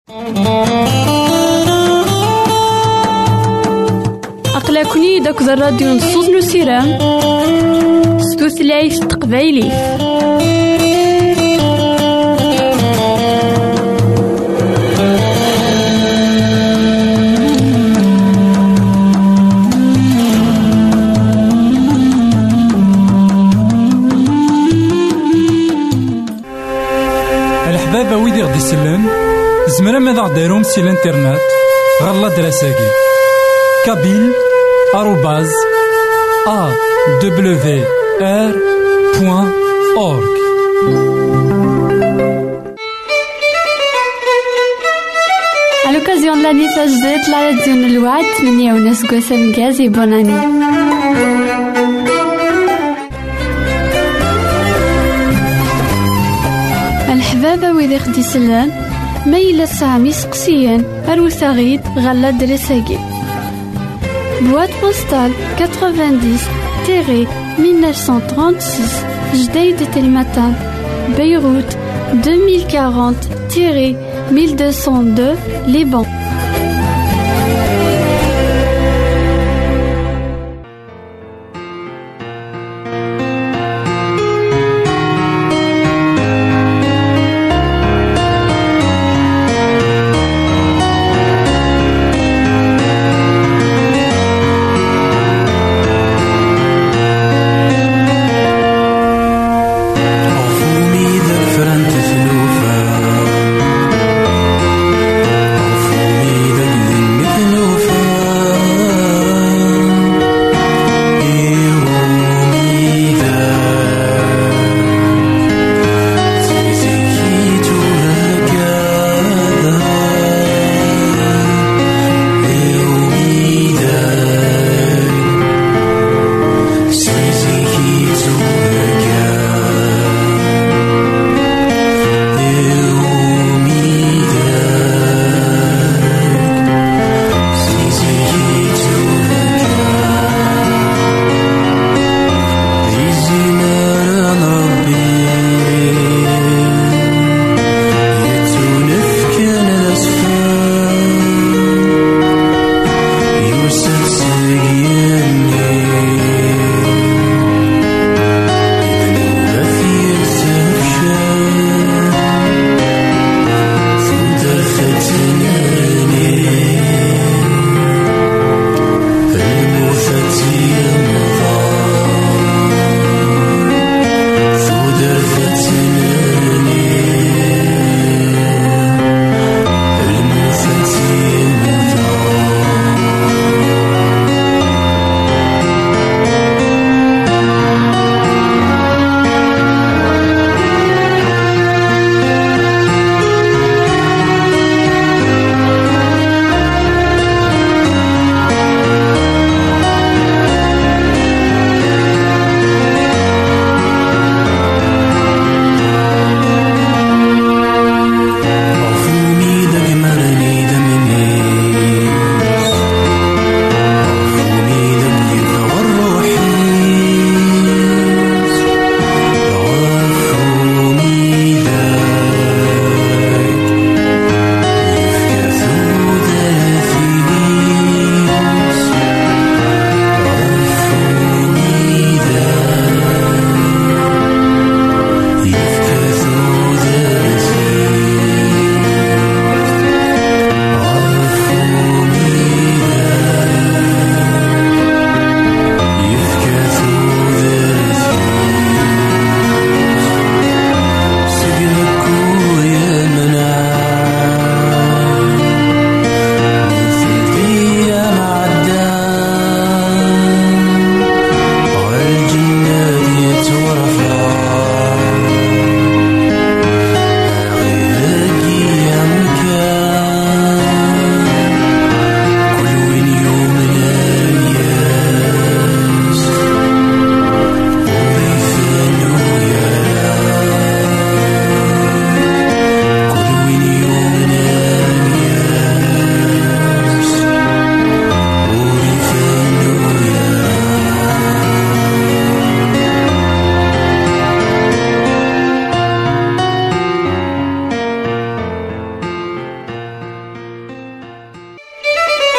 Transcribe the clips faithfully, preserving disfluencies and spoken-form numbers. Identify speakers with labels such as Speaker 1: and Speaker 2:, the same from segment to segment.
Speaker 1: أقلكني داك الراديو نصوص نسيران ستوثلايف تقبايلي.
Speaker 2: الحبابة ويدي غدي يسلم زمرا ماذا غديرهم سي الانترنت غالا دراساكي كابيل آروباز أ دبليو آر بوان أورك.
Speaker 1: À l'occasion de l'année Tajdet, la radio Nlouad, ثمانية ونص قسم جازي بوناني. الحبابة ويدي خدي سلان ميلا سامي سقسيان أروثاغيد غالا درساقي بواد بوستال quatre-vingt-dix mille neuf cent trente-six جديد تلمتان بيروت deux mille quarante mille deux cent deux Liban.
Speaker 3: For me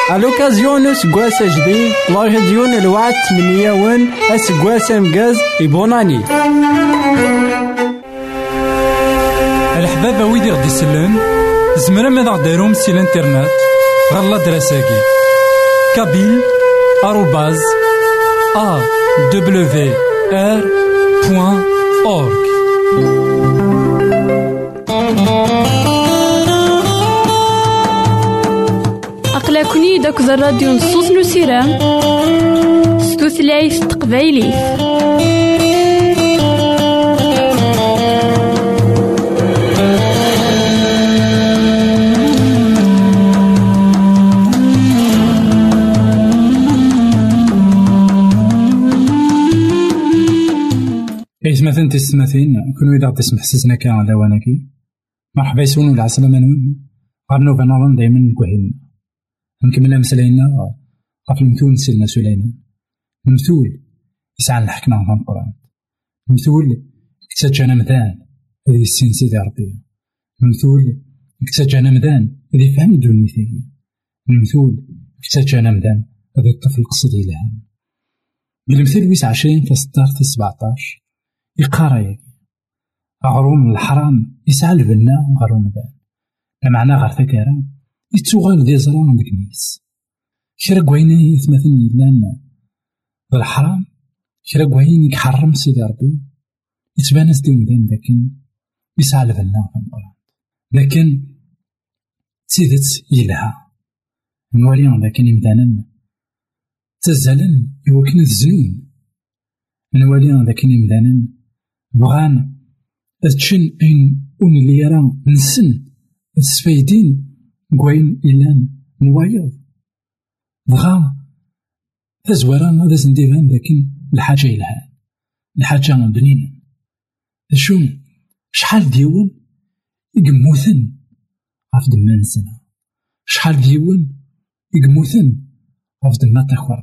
Speaker 3: الوكازيون سكواس جديد لا راديون الوعد ثمانية ون اسكواس مجاز يبوناني
Speaker 2: الحبابة ويدي غدي يسلم زمرا ماذا غديرهم سي الانترنت غالا دراساكي كابيل آروباز ا دبليو ار بوان اورك.
Speaker 1: أقلكني داك الراديو نصوص نسيران ستوثلايف تقبايلي.
Speaker 2: إيش مثلا تسمثين كل إذا تسمح سسنا كان على وانكي مرحبا يسون ولا عسلامة نون غارنو بنارن دايما نكوهين نكمل مسلاينا غاف المثول سيدنا سليمان. المثول يسعى الحكمة عن القرآن. المثول كتسجانا مذان هذه السين سيدي ربي. المثول كتسجانا مذان هذه فهم دون مثالية. المثول كتسجانا مذان هذه الطفل قصدي لها. بالمثل ويس عشرين في ستار في سبعتاش يقارا أغروم الحرام يسعى البنا غروم مذان لمعنى غير ثكارا يتوغال دي زران ديك ميس كرا كوينه يتمثلني لان بالحرام كرا كوين يحرم سيدي ربي يتبانس دي مدان لكن يسعى لبنا لكن تيدت يلها نوالي لكن يمدانا تزالن يوكن الزنون نوالي لكن يمدانا بغان تشن اين اون اللي يرى نسن السفايدين كوين إلان نوايض بغا تزوارا هذا سنديران لكن الحاجة إلها الحاجة بنينا شو شحال ديون يقموثن عف دمان سنة شحال ديون يقموثن عف دمان تخورا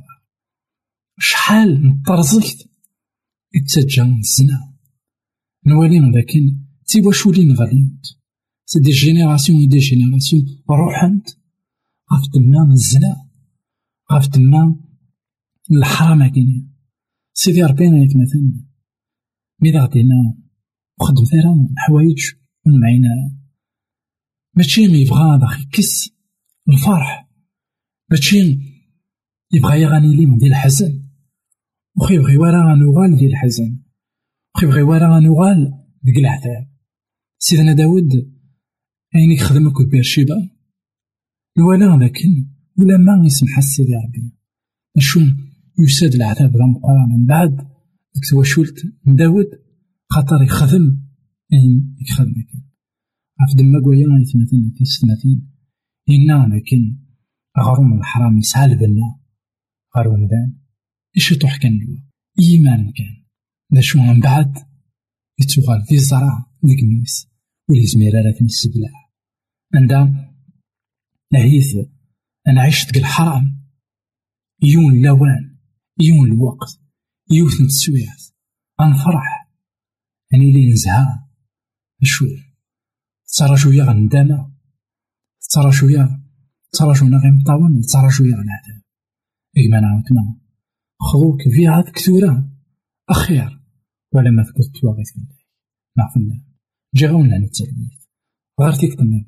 Speaker 2: شحال مطرزكت يتسجن سنة نوالين لكن تيوا شولين غالينت سي دي جينيراسيون اي دي جينيراسيون روحنت غاف تما الزنا غاف تما الحرام كاين سيدي ربينا يتمثلنا ميدا غدينا وخدم ثيرا حوايج ونمعينا ماشي يبغى باغي يكس الفرح ماشي يبغى يغني لي من ديال الحزن وخي يبغي ورا نوغال ديال الحزن وخي يبغي ورا نوغال ديك العذاب. سيدنا داود عينيك خدمك وبيرشيبا ولا لكن ولا ما يسمح سيدي ربي شو يساد العذاب ذا مقارنة من بعد اكتواشولت داود خاطر يخدم اين يخدمك عف دما قويا يتمثلنا في ستماثين إنا لكن غروم الحرام يسعى لبنا غروم دان إيش يطوح كان لوا إيمان كان ذا شو من بعد يتوغال في الزرع ديك ميس ولي زميرة في السبلع عندها نهيث أنا عشت قل حرام يون لوان يون الوقت يوث نتسويات أنفرح أني لي نزها أشوف تصرى شوية غندامة تصرى شوية تصرى شوية غير مطاون تصرى شوية غنعذاب إيمان عاوتنا خذوك في هاد كثورة أخير ولا ما تكون تواغيت في الله مع في الله جاونا عن التلميذ غير تكتمل.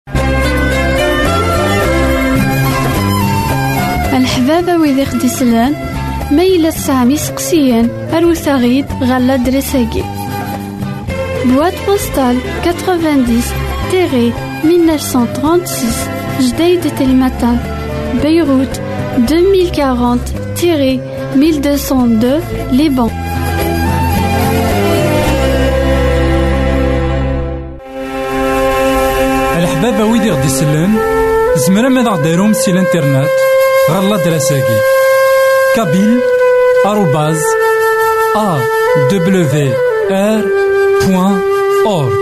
Speaker 1: الحبابة ويدي خدي سلان ميلة سامي سقسيان أروثاغيد غالا دريساكي بواد بوستال تسعين مية وتسعمية وثلاثة وثلاثين جديد تلمتان بيروت ألفين وأربعين ألف ومئتين واثنين لبنان.
Speaker 2: الحبابة ويدي غدي يسلم زمرا ماذا غديرهم سي الانترنت غالا دراساكي كابيل آروباز ا دبليو ار بوان اورك.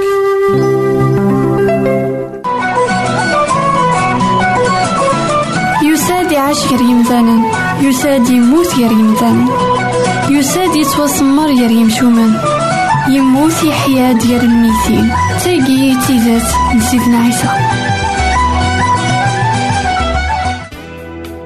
Speaker 1: يساد يعيش غير يمثالا يساد يموت غير يمثالا يساد يتوسمر غير يمشومان يموت يحيا ديال الميتين تاقي تيزات لسيدنا عيسى.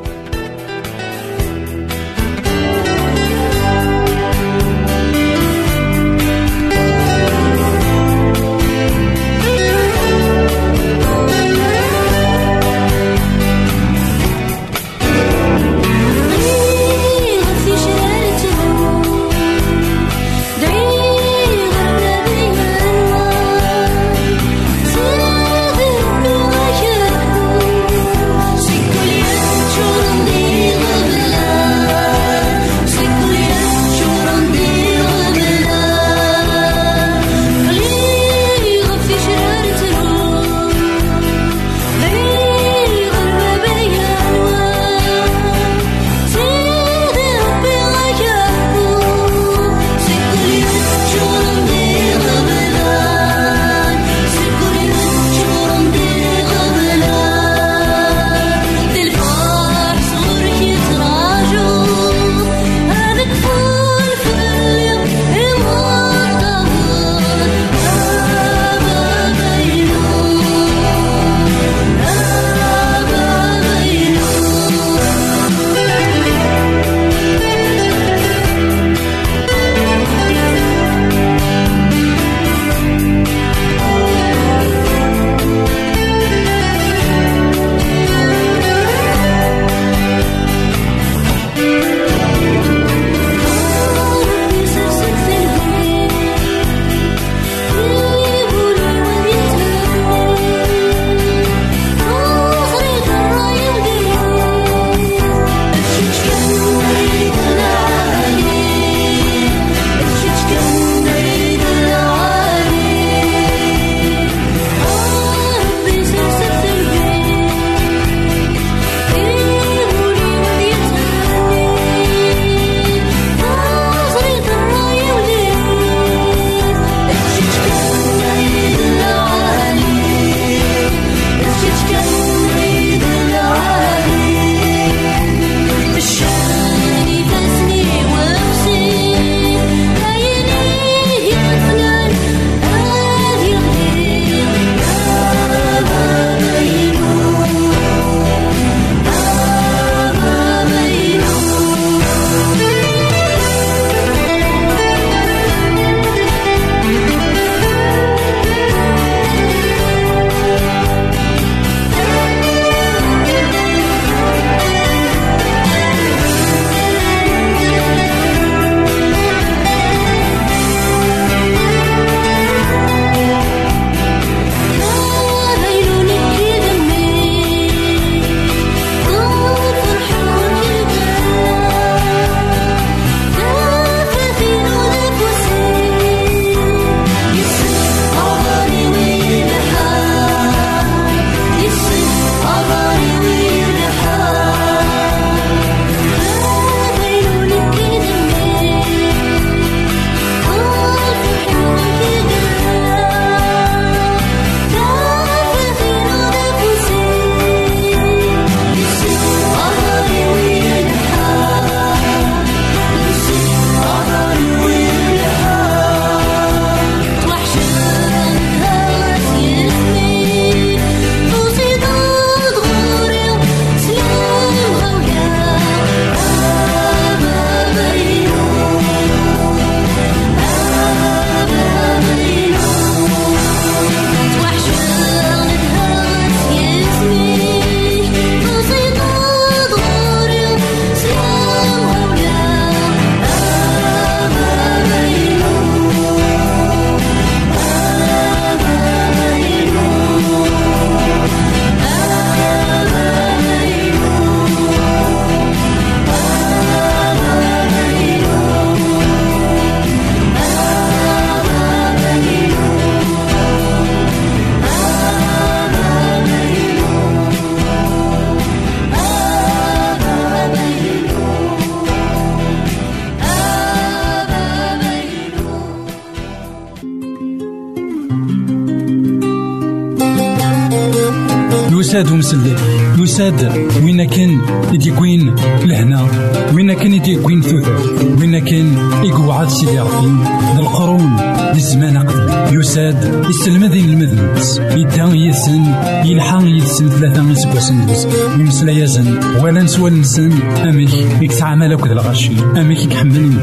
Speaker 2: يساد ومسلي يساد وين كان يدي كوين لهنا وين كان يدي كوين ثوثر وين كان يقعد سيدي ربي القرون للزمان قدم يساد يسلم ذي المذنبس يدان يسن يلحق يسن ثلاثة يسبوسن دوز يمسلا يزن ولا نسوى نسن أميك يكسع مالك ذا الغشي أميك يكحمل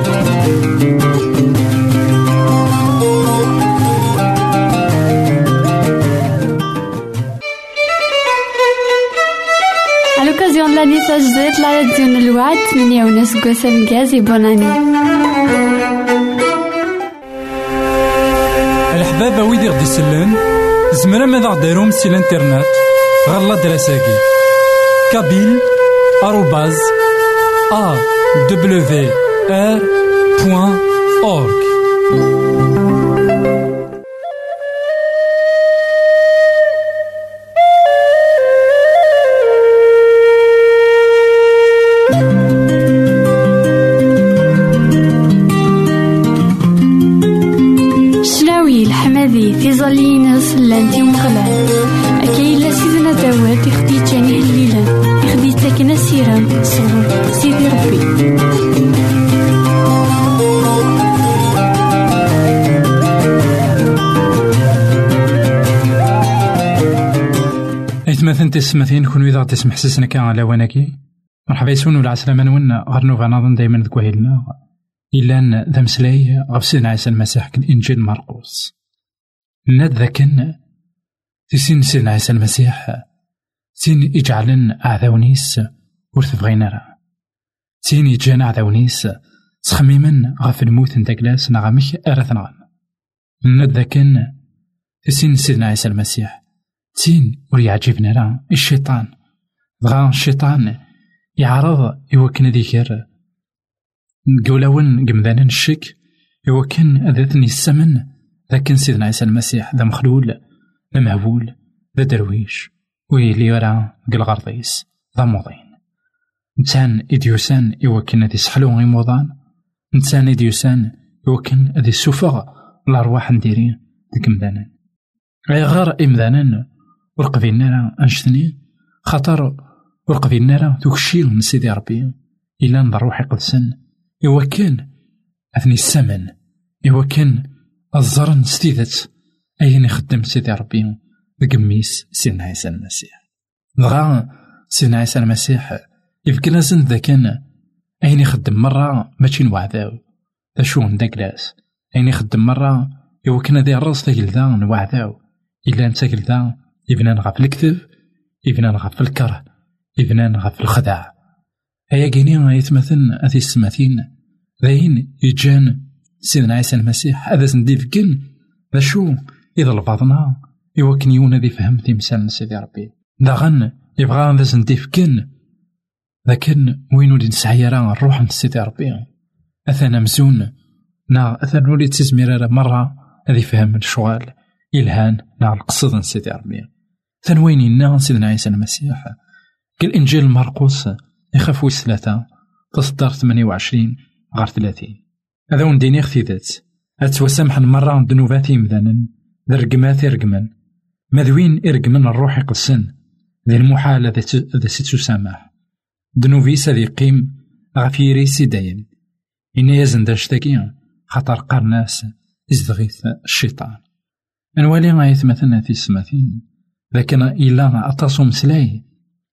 Speaker 1: À l'occasion de l'année Sajdet, la radio Nlouat, ثمانية ونص قسم جازي بوناني.
Speaker 2: الحبابة ويدي غدي يسلن زمرا ماذا غديرهم سي الانترنت غالا دراساكي كابيل آروباز أ دبليو آر بوان أورك.
Speaker 1: في ظلين سلانتي ومغلان أكي إلا سيدنا داوود يخدي جاني الليلة يخدي تاكنا سيران صغر سيدي ربي.
Speaker 2: مثلا تسمثين كون إذا تسمح سسنا كان على وناكي مرحبا يسون ولا عسلامة نون غرنوفا نظن دايما ذكوهيلنا إلا ذا مسلاي غفسنا عيسى المسيح كالإنجيل مرقوس ناد ذاكن تسين سيدنا عيسى المسيح سين يجعلن أعذاونيس ورثبغينا راه سين يجانا أعذاونيس تخميما غف الموت نتاكلاس نغمش أرثنغم ناد ذاكن تسين سيدنا عيسى المسيح تين وريعجبنا راه الشيطان بغا الشيطان يعرض يوكن ذيكر نقولون قمذانا الشك يوكن أذاتني السمن لكن سيدنا عيسى المسيح ذا مخلول ذا مهبول ذا درويش ويلي يرى قلغرضيس ذا موضين نتان إديوسان يوكن ذي سحلو غي موضان نتان إديوسان يوكن ذي السفغ الأرواح نديرين ذي كمذانا غي غار إمذانا ورقبينا راه أنشتني خطر ورقبينا راه توكشيل من سيدي ربي إلا نضر روحي قدسن يوكن أثني السمن يوكن الزرن ستيدت أين يخدم سيدي ربي بقميس سيدنا عيسى المسيح بغا سيدنا عيسى المسيح يفكر لازم ذا كان أين يخدم مرة ماشي نوعداو ذا شو نداكلاس أين يخدم مرة يوكن ذي الرص ذا قلدا نوعداو إلا نتا قلدا يبنى نغف الكذب يبنى نغف الكره يبنى نغف الخداع هيا كيني يتمثل أثي السماثين ذاين يجان سيدنا عيسى المسيح هذا سنديف كن ذا شو إذا لبعضنا يوكن يونا ذي فهم تمثال سيدي ربي ذا غن يبغى ذا سنديف كن لكن وينو لي نسعيرا الروح نت سيدي ربي أثنا مزون نا أثنا نولي تزمير مرة هذي فهم الشغال إلهان نا القصد نت سيدي ربي ثانوين إنا سيدنا عيسى المسيح كالإنجيل مرقوس يخاف وثلاثة تصدر ثمانية وعشرين غير ثلاثين هذا ونديني اختيدات أتوسامح مرة ذنوباتي مذانا ذا رقماتي رقمان مذوين إرقمن الروح يقسن ذي المحال ذا ستسامح ذنوبيس ذي قيم غفيري سيداين إني يزن داشتاكي خطر قرناس إزدغيث الشيطان أنوالي غايث مثلا في السماثين لكن إلا أتصو مسلاي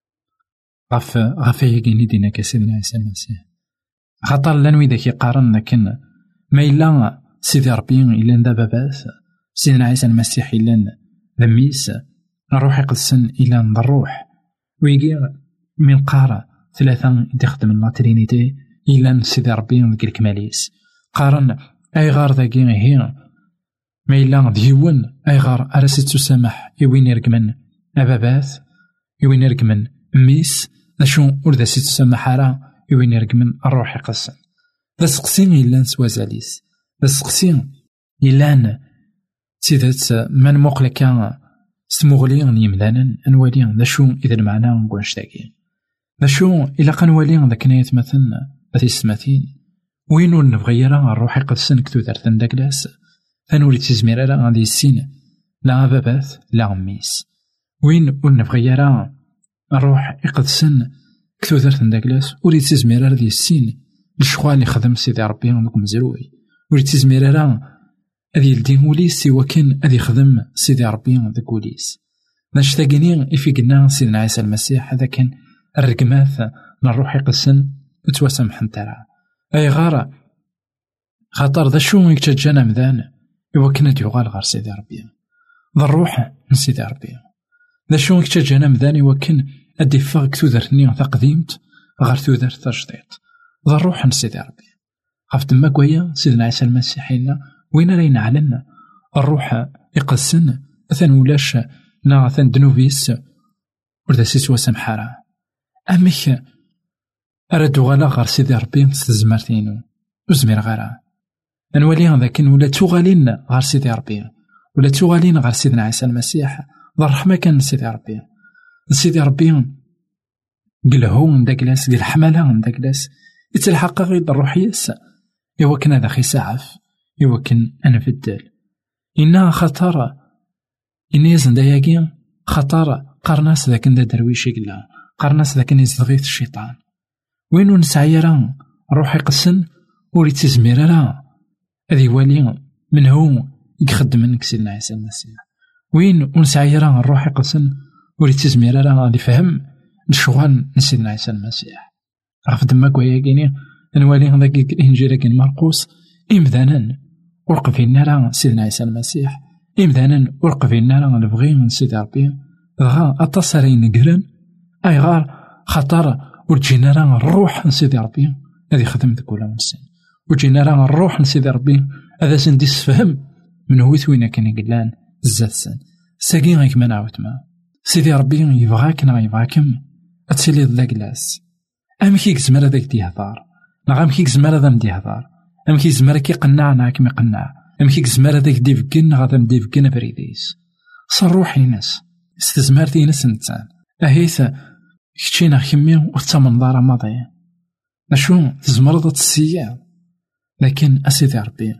Speaker 2: غف غف يقيني دينا كسيدنا عيسى المسيح خطر لنوي ذاك يقارن لكن ما إلا سيدي ربي إلا ذا باباس سيدنا عيسى المسيح إلا ذميس نروح يقدسن إلا ذا الروح ويجي من قارة ثلاثة تخدم الله ترينيتي إلا سيدي ربي ذاك الكماليس قارن أي غار ذاكي هي ما إلا ديون أي غار أرسيت تسامح يوين يرقمن أباباس يوين يرقمن ميس أشو وردا سيت تسامح راه يوين يرقمن الروح يقسم ذا سقسين إلا نسوازاليس ذا سقسين إلا سيدات من موقلا كان سموغليان يمدانا أنواليان ذا شو إذا المعنى نقولش تاكي ذا شو إلا قنواليان ذا كنايت مثلنا ذا السماثين وينو نبغيرا الروح يقسن كتو ذارثن داكلاس ثانولي تزمير راه غادي السين لا باباث لا غميس وين ونبغي يرى الروح يقدسن كثوثرت نداكلاس وريد تزمير ديال السين الشغال اللي خدم سيدي ربي دوك مزروي وريد تزمير راه هذه الدين وليس سوا كان هذا يخدم سيدي ربي داك وليس باش تاكيني في قلنا سيدنا عيسى المسيح هذا كان الرقماث من الروح يقسن وتواسمح نتاعها اي غاره خاطر ذا شو يكتجانا مذان ايوا كنا يغال غير سيدي ربي ذا الروح من سيدي ربي ذا شو يكتجانا مذان ايوا كان ادي فاك تودرتني تقديمت غير تودر تجديد ذا الروح من سيدي ربي عرفت ما كويا سيدنا عيسى المسيح لنا وين راينا علنا الروح يقسن ثان ولاش نا ثان دنوفيس وردا سيس وسمحارا امك اردو غالا غير سيدي ربي تزمرتينو وزمير غيرها نولي هذاك ولا توغالين غير سيدي ربي ولا توغالين غير سيدنا عيسى المسيح ذا الرحمة كان سيدي ربي سيدي ربي قلهو داكلاس قل حمالها داكلاس يتلحق غير الروحيس إوا كان هذا خي سعف إوا كان أنا في الدال إنها خطر إني يزن داياكي خطر قرناس ذاك ندا درويشي قلا قرناس ذاك نزدغيث الشيطان وينو نسعي راه روحي قسن وريد تزمير راه هذي والي من هو يخدم منك سيدنا عيسى المسيح وين ونسعي راه الروح قسن وريد تزمير راه غادي فهم الشغل سيدنا عيسى المسيح عرف دما كويا كيني نوالي هذاك الانجيل كاين مرقوس امذانا ورقفينا راه سيدنا عيسى المسيح امذانا ورقفينا راه نبغي من سيدي ربي غا اتصارين قرن اي غار خطر ورجينا راه الروح من سيدي ربي هذه خدم ذاك ولا منسن وجينا راه الروح من سيدي ربي هذا سندي السفهم من هو وين كان يقلان الزات سن ساقي غيك ما نعاود ما سيدي ربي يبغاك نا يبغاكم اتسيلي ذاك لاس ام كي زمر هذاك ديهضار نا ام كي زمر هذا نديهضار ام كي زمر كي قنعنا كي يقنع ام كي زمر هذاك ديفكن غادا نديفكن بريديس صار روحي ناس استزمرتي ناس انسان اهيث كتشينا خمي وثمن دار ماضي نشو تزمرض السيا لكن اسيدي ربي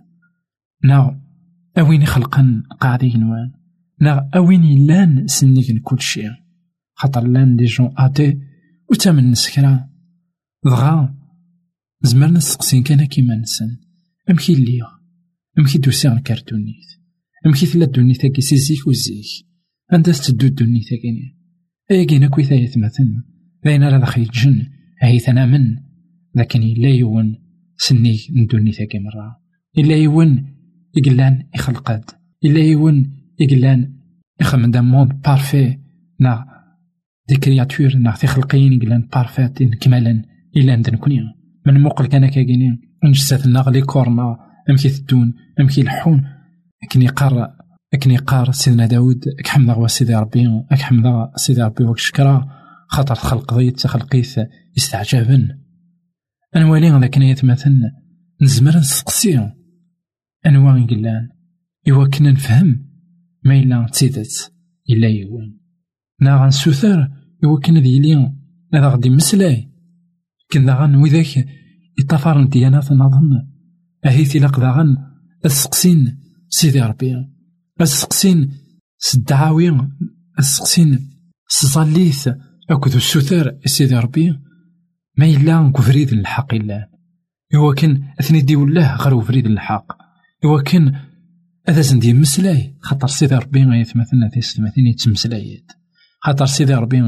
Speaker 2: نا اويني خلقا قاعدين وان نا اويني لان سنيكن كل شيء خاطر لان دي جون اتي وتمن نسكرا دغا زمرنا نسقسين كان كيما نسن امكي ليا امكي دوسي عن كارتونيت امكي ثلا دونيت كي سيزيك وزيك انت تدو دونيت كيني اي كينا كويتا يتمثل بين راه خي جن هي ثنا من لكن الا يون سني ندوني ثاكي مرة الا يون يقلان يخلقاد الا يون يقلان يخمم دا مود بارفي نا دي كرياتور نا تخلقين يقلان بارفيت كمالا الا ندن كونيا من موقل كان كاينين نجسات النغلي كورنا امكي تدون امكي الحون لكن يقار لكن يقار سيدنا داود كحمد غوا سيدي ربي كحمد سيدي ربي وكشكرا خاطر خلق ضيت تخلقيث يستعجبن أنوالي غدا كنا يتمثل نزمر نسقسيهم أنواع قلان إوا كنا نفهم ما إلا تسيدت إلا يوان نا غنسوثر إوا كنا ديالي هذا غدي مسلاي كنا غن وذاك يطفر ديانات نظن أهيثي لقدا غن السقسين سيدي ربي السقسين سدعاوي السقسين سصليث أكد السوثر سيدي ربي ما إلا نكفريد الحق إلا إوا كان أثني دي والله غير وفريد الحق إوا كان هذا زندي مسلاي خاطر سيدي ربي يتمثلنا في ستماثين يتمسلايات خاطر سيدي ربي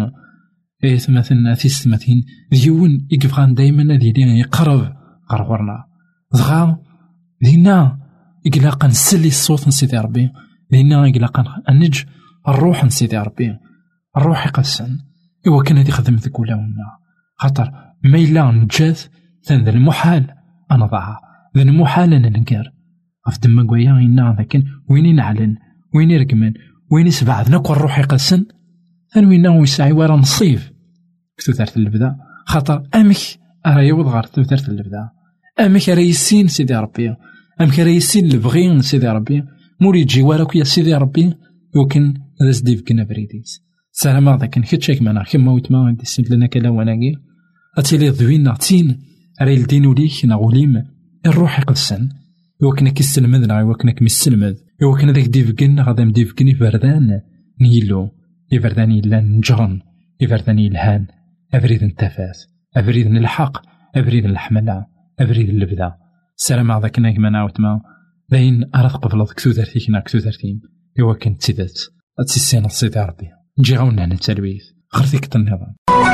Speaker 2: يتمثلنا في ستماثين ديون يقفغان دايما ديالي يقرب غرغرنا دغا دينا يقلاقا نسلي الصوت نسيدي ربي دينا يقلاقا نج الروح نسيدي ربي الروح يقسن إوا كان هادي خدم ذاك ولا ونا خاطر ما إلا نجاز ثان ذا المحال أنا ضاع ذا المحال أنا ننكر غف دما كويا إنا ذاكن وين نعلن وين يرقمن وين يسبعد نكون روحي قسن ثان وين هو يسعي ورا نصيف كثوثرت البدا خاطر أمك راه يوض غير كثوثرت البدا أمك راه يسين سيدي ربي أمك راه يسين البغي سيدي ربي موري تجي وراك يا سيدي ربي يمكن هذا سديف كنا بريديس سلام ذاك كتشيك معنا كيما ويتما غادي سنت لنا كلا وناكي اتيلي ذوينا تين راه الدين وليك نغوليم الروح يقدسن يوكنا كيستلمذنا يوكنا كميستلمذ يوكنا ذاك ديفكن غادا مديفكني فردان نيلو إفرداني لان نجرن إفرداني الهان أفريد التفاس أفريد الحق أفريد الحملة أفريد اللبدة. السلام عليك ناكما نعاوتما داين أراد قبلض كتوذرتي كنا كتوذرتين إوا كنت تيدات أتسيسينا الصيد ربي نجي غاونا هنا التلويث خرثيك النظام.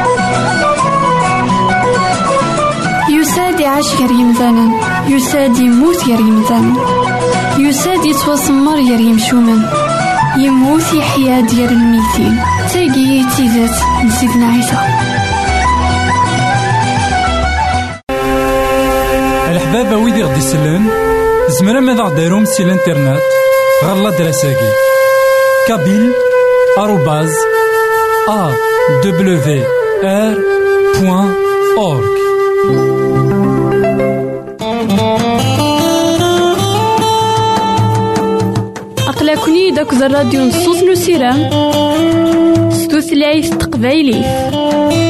Speaker 1: يسادي عاش غير يمثالا يسادي يموت غير يمثالا يسادي يتوسمر غير يمشومن يموت يحيا ديال الميتين تاقي تيزات لسيدنا عيسى.
Speaker 3: الحبابة ويدي غدي يسلن زمرا ماذا غديرهم سي الانترنت غالا دراساكي كابيل آروباز أ دبليو آر بوان أورك.
Speaker 1: أقلكني داك الراديو نصوص نسيران ستوثلايف تقبايلي.